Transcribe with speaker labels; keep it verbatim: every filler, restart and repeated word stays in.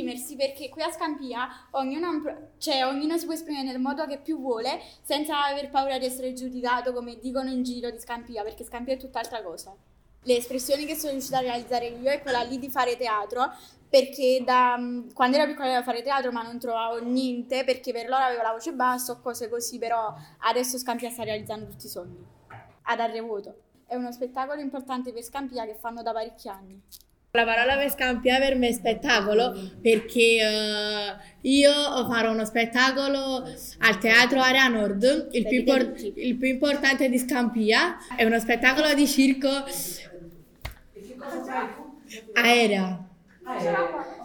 Speaker 1: esprimersi, perché qui a Scampia ognuno, ha un pro- cioè, ognuno si può esprimere nel modo che più vuole senza aver paura di essere giudicato come dicono in giro di Scampia, perché Scampia è tutt'altra cosa. Le espressioni che sono riuscita a realizzare io è quella lì di fare teatro, perché da quando ero piccola volevo fare teatro ma non trovavo niente, perché per loro avevo la voce bassa o cose così, però adesso Scampia sta realizzando tutti i sogni ad Arrevoto. È uno spettacolo importante per Scampia che fanno da parecchi anni.
Speaker 2: La parola per Scampia per me è spettacolo, perché eh, io farò uno spettacolo al Teatro Area Nord, il più, impor- il più importante di Scampia. È uno spettacolo di circo aerea.